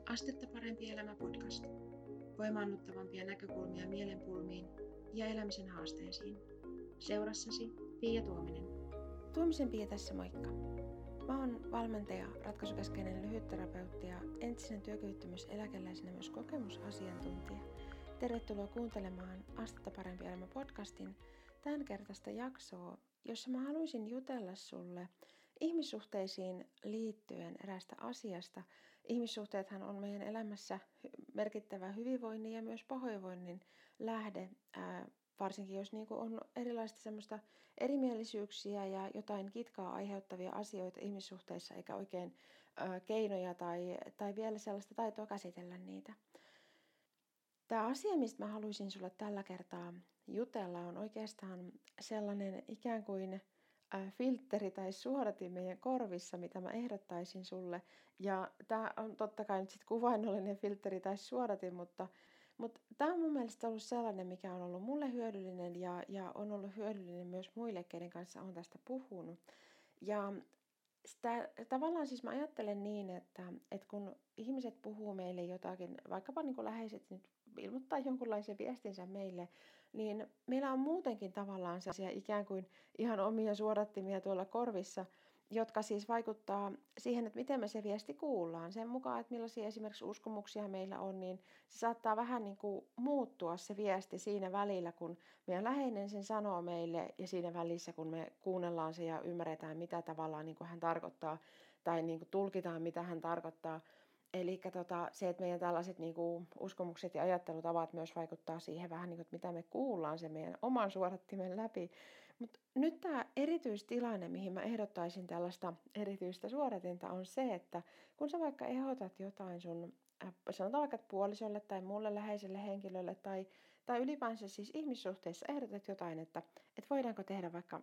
Astetta parempi elämä podcast. Voimaannuttavampia näkökulmia mielenpulmiin ja elämisen haasteisiin. Seurassasi Pia Tuominen. Tuomisen Pia tässä, moikka. Mä oon valmentaja, ratkaisukeskeinen lyhytterapeutti ja entisen työkyvyttömyyseläkeläisenä myös kokemusasiantuntija. Tervetuloa kuuntelemaan Astetta parempi elämä podcastin tämänkertaista jaksoa, jossa mä haluaisin jutella sulle ihmissuhteisiin liittyen eräästä asiasta. Ihmissuhteethan on meidän elämässä merkittävä hyvinvoinnin ja myös pahoinvoinnin lähde, varsinkin jos on erilaista semmoista erimielisyyksiä ja jotain kitkaa aiheuttavia asioita ihmissuhteissa, eikä oikein keinoja tai vielä sellaista taitoa käsitellä niitä. Tämä asia, mistä mä haluaisin sulle tällä kertaa jutella, on oikeastaan sellainen ikään kuin filtteri tai suodatin meidän korvissa, mitä mä sulle. Ja tämä on totta kai nyt sitten kuvainnollinen filtteri tai suodatin, mutta tämä on mun mielestä ollut sellainen, mikä on ollut mulle hyödyllinen ja on ollut hyödyllinen myös muille, keiden kanssa olen tästä puhunut. Ja tavallaan siis mä ajattelen niin, että kun ihmiset puhuu meille jotakin, vaikkapa niin kuin läheiset nyt ilmoittaa jonkunlaisen viestinsä meille, niin meillä on muutenkin tavallaan sellaisia ikään kuin ihan omia suodattimia tuolla korvissa, jotka siis vaikuttaa siihen, että miten me se viesti kuullaan. Sen mukaan, että millaisia esimerkiksi uskomuksia meillä on, niin se saattaa vähän niin kuin muuttua se viesti siinä välillä, kun meidän läheinen sen sanoo meille ja siinä välissä, kun me kuunnellaan se ja ymmärretään, mitä tavallaan niin kuin hän tarkoittaa tai niin kuin tulkitaan, mitä hän tarkoittaa. Eli se, että meidän tällaiset niin kuin uskomukset ja ajattelutavat myös vaikuttaa siihen vähän, niin kuin, että mitä me kuullaan se meidän oman suodattimen läpi. Mutta nyt tämä erityistilanne, mihin mä ehdottaisin tällaista erityistä suodatinta, on se, että kun sä vaikka ehdotat jotain sun, sanotaan vaikka puolisolle tai muulle läheiselle henkilölle tai ylipäänsä siis ihmissuhteissa ehdotat jotain, että voidaanko tehdä vaikka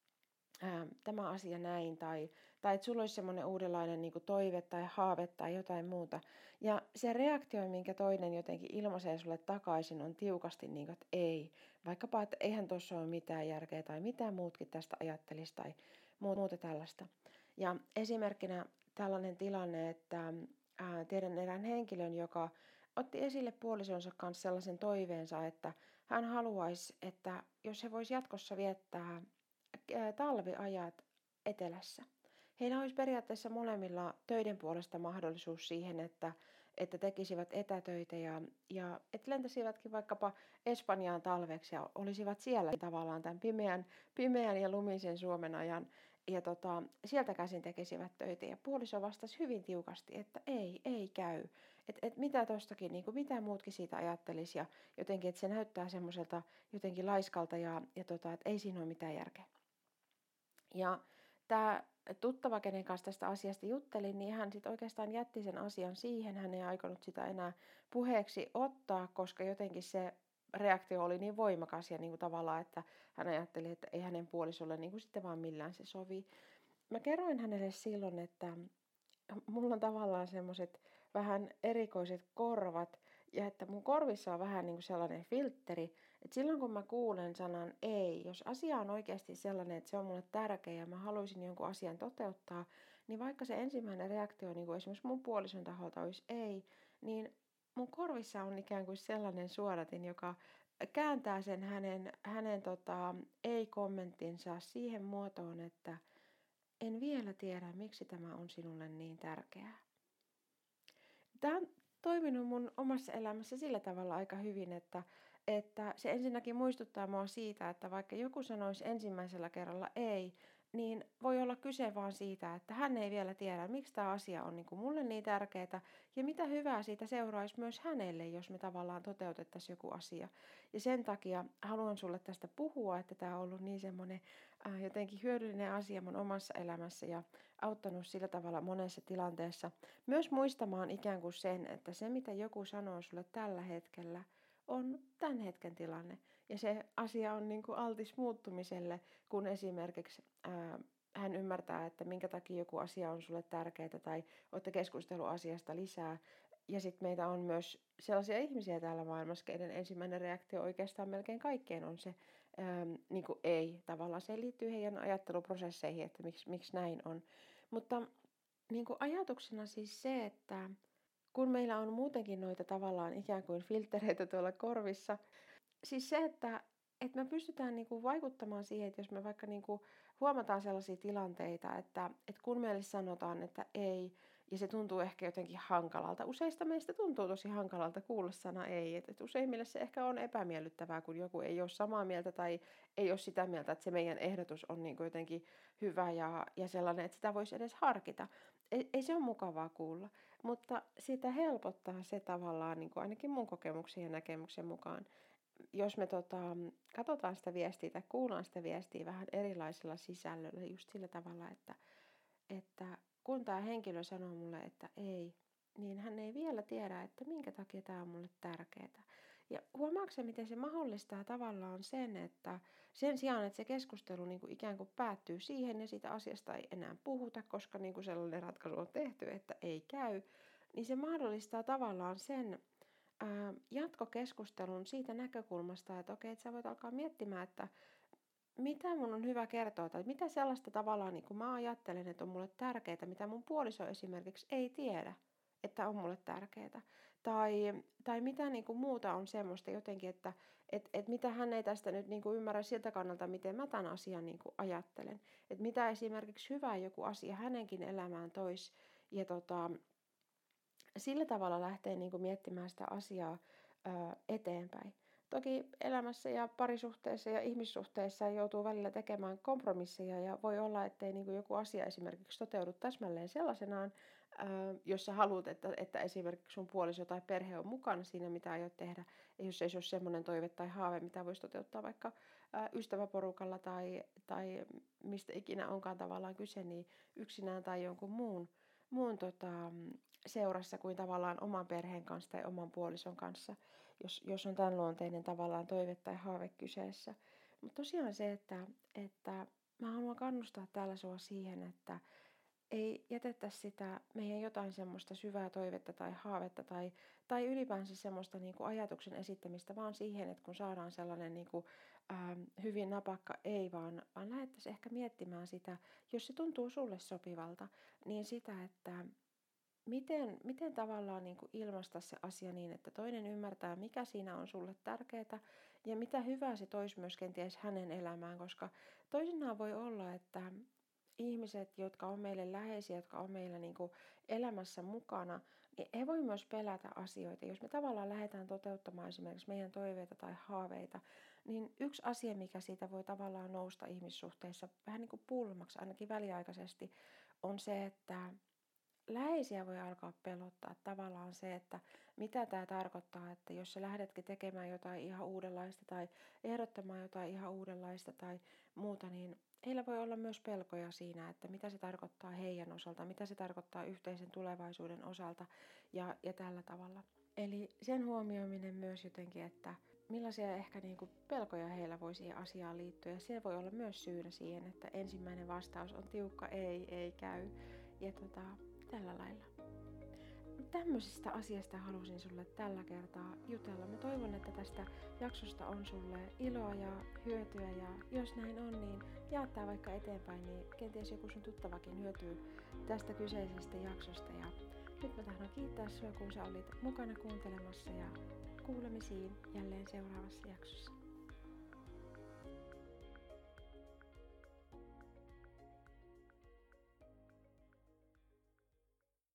tämä asia näin, tai että sulla olisi semmoinen uudenlainen niin kuin toive tai haave tai jotain muuta. Ja se reaktio, minkä toinen jotenkin ilmaisee sulle takaisin, on tiukasti niin kuin, että ei. Vaikkapa, että eihän tuossa ole mitään järkeä tai mitä muutkin tästä ajattelisi tai muuta tällaista. Ja esimerkkinä tällainen tilanne, että tiedän erään henkilön, joka otti esille puolisonsa kanssa sellaisen toiveensa, että hän haluaisi, että jos he voisivat jatkossa viettää talviajat etelässä. Heillä olisi periaatteessa molemmilla töiden puolesta mahdollisuus siihen, että tekisivät etätöitä ja että lentäisivätkin vaikkapa Espanjaan talveksi ja olisivat siellä tavallaan tämän pimeän ja lumisen Suomen ajan. Ja sieltä käsin tekisivät töitä ja puoliso vastasi hyvin tiukasti, että ei käy. Että mitä tostakin, niin kuin mitä muutkin siitä ajattelisi ja jotenkin, että se näyttää semmoiselta jotenkin laiskalta ja että ei siinä ole mitään järkeä. Ja tämä tuttava, kenen kanssa tästä asiasta juttelin, niin hän sitten oikeastaan jätti sen asian siihen. Hän ei aikonut sitä enää puheeksi ottaa, koska jotenkin se reaktio oli niin voimakas ja niin kuin tavallaan, että hän ajatteli, että ei hänen puolisolle niin kuin sitten vaan millään se sovi. Mä kerroin hänelle silloin, että mulla on tavallaan semmoiset vähän erikoiset korvat ja että mun korvissa on vähän niin kuin sellainen filtteri, että silloin kun mä kuulen sanan ei, jos asia on oikeasti sellainen, että se on mulle tärkeä ja mä haluaisin jonkun asian toteuttaa, niin vaikka se ensimmäinen reaktio niin kuin esimerkiksi mun puolison taholta olisi ei, niin mun korvissa on ikään kuin sellainen suodatin, joka kääntää sen hänen ei-kommenttinsa siihen muotoon, että en vielä tiedä, miksi tämä on sinulle niin tärkeää. Tämä on toiminut mun omassa elämässä sillä tavalla aika hyvin, että se ensinnäkin muistuttaa mua siitä, että vaikka joku sanoisi ensimmäisellä kerralla ei, niin voi olla kyse vaan siitä, että hän ei vielä tiedä, miksi tämä asia on niin kuin mulle niin tärkeää ja mitä hyvää siitä seuraisi myös hänelle, jos me tavallaan toteutettaisiin joku asia. Ja sen takia haluan sulle tästä puhua, että tämä on ollut niin semmoinen jotenkin hyödyllinen asia mun omassa elämässä ja auttanut sillä tavalla monessa tilanteessa. Myös muistamaan ikään kuin sen, että se mitä joku sanoo sulle tällä hetkellä, on tämän hetken tilanne. Ja se asia on niin kuin altis muuttumiselle, kun esimerkiksi hän ymmärtää, että minkä takia joku asia on sulle tärkeää tai olette keskustellut asiasta lisää. Ja sitten meitä on myös sellaisia ihmisiä täällä maailmassa, keiden ensimmäinen reaktio oikeastaan melkein kaikkeen on se niin kuin ei. Tavallaan se liittyy heidän ajatteluprosesseihin, että miksi näin on. Mutta niin kuin ajatuksena siis se, että kun meillä on muutenkin noita tavallaan ikään kuin filtreitä tuolla korvissa, siis se, että me pystytään niinku vaikuttamaan siihen, että jos me vaikka niinku huomataan sellaisia tilanteita, että kun meille sanotaan, että ei, ja se tuntuu ehkä jotenkin hankalalta. Useista meistä tuntuu tosi hankalalta kuulla sana ei. Et useimmille se ehkä on epämiellyttävää, kun joku ei ole samaa mieltä tai ei ole sitä mieltä, että se meidän ehdotus on niinku jotenkin hyvä ja sellainen, että sitä voisi edes harkita. Ei se ole mukavaa kuulla, mutta sitä helpottaa se tavallaan, niin kuin ainakin mun kokemuksen ja näkemyksen mukaan, jos me katsotaan sitä viestiä tai kuullaan sitä viestiä vähän erilaisella sisällöllä, just sillä tavalla, että kun tämä henkilö sanoo mulle, että ei, niin hän ei vielä tiedä, että minkä takia tämä on mulle tärkeää. Ja huomaatko se, miten se mahdollistaa tavallaan sen, että sen sijaan, että se keskustelu niin kuin ikään kuin päättyy siihen ja siitä asiasta ei enää puhuta, koska niin kuin sellainen ratkaisu on tehty, että ei käy, niin se mahdollistaa tavallaan sen jatkokeskustelun siitä näkökulmasta, että okei, että sä voit alkaa miettimään, että mitä mun on hyvä kertoa, tai mitä sellaista tavallaan niin kuin mä ajattelen, että on mulle tärkeää, mitä mun puoliso esimerkiksi ei tiedä, että on mulle tärkeää. Tai mitä niin kuin muuta on semmoista jotenkin, että mitä hän ei tästä nyt niin kuin ymmärrä siltä kannalta, miten mä tämän asian niin kuin ajattelen. Että mitä esimerkiksi hyvää joku asia hänenkin elämään toisi. Ja sillä tavalla lähtee niin kuin miettimään sitä asiaa eteenpäin. Toki elämässä ja parisuhteessa ja ihmissuhteissa joutuu välillä tekemään kompromisseja ja voi olla, ettei niin kuin joku asia esimerkiksi toteudu täsmälleen sellaisenaan, jos sä haluat, että esimerkiksi sun puoliso tai perhe on mukana siinä, mitä aiot tehdä. Ja jos ei se ole semmoinen toive tai haave, mitä voisi toteuttaa vaikka ystäväporukalla tai mistä ikinä onkaan tavallaan kyse, niin yksinään tai jonkun muun seurassa kuin tavallaan oman perheen kanssa tai oman puolison kanssa, jos on tämän luonteinen tavallaan toive tai haave kyseessä. Mutta tosiaan se, että mä haluan kannustaa täällä sua siihen, että ei jätettäisi sitä meidän jotain semmoista syvää toivetta tai haavetta tai ylipäänsä semmoista niin kuin ajatuksen esittämistä, vaan siihen, että kun saadaan sellainen niin kuin, hyvin napakka ei, vaan lähdettäisiin ehkä miettimään sitä, jos se tuntuu sulle sopivalta, niin sitä, että miten tavallaan niin kuin ilmaista se asia niin, että toinen ymmärtää, mikä siinä on sulle tärkeää ja mitä hyvää se toisi myös kenties hänen elämään, koska toisinaan voi olla, että ihmiset, jotka on meille läheisiä, jotka on meillä niin kuin elämässä mukana, niin he voi myös pelätä asioita. Jos me tavallaan lähdetään toteuttamaan esimerkiksi meidän toiveita tai haaveita, niin yksi asia, mikä siitä voi tavallaan nousta ihmissuhteissa vähän niin kuin pulmaksi, ainakin väliaikaisesti, on se, että läheisiä voi alkaa pelottaa tavallaan se, että mitä tämä tarkoittaa, että jos sä lähdetkin tekemään jotain ihan uudenlaista tai ehdottamaan jotain ihan uudenlaista tai muuta, niin heillä voi olla myös pelkoja siinä, että mitä se tarkoittaa heidän osalta, mitä se tarkoittaa yhteisen tulevaisuuden osalta ja tällä tavalla. Eli sen huomioiminen myös jotenkin, että millaisia ehkä niinku pelkoja heillä voi siihen asiaan liittyä. Ja se voi olla myös syynä siihen, että ensimmäinen vastaus on tiukka ei käy. Ja tällä lailla. Tämmöisestä asiasta halusin sulle tällä kertaa jutella. Mä toivon, että tästä jaksosta on sulle iloa ja hyötyä ja jos näin on, niin jaa tää vaikka eteenpäin, niin kenties joku sun tuttavakin hyötyy tästä kyseisestä jaksosta. Ja nyt mä tahdon kiittää sua, kun sä olit mukana kuuntelemassa ja kuulemisiin jälleen seuraavassa jaksossa.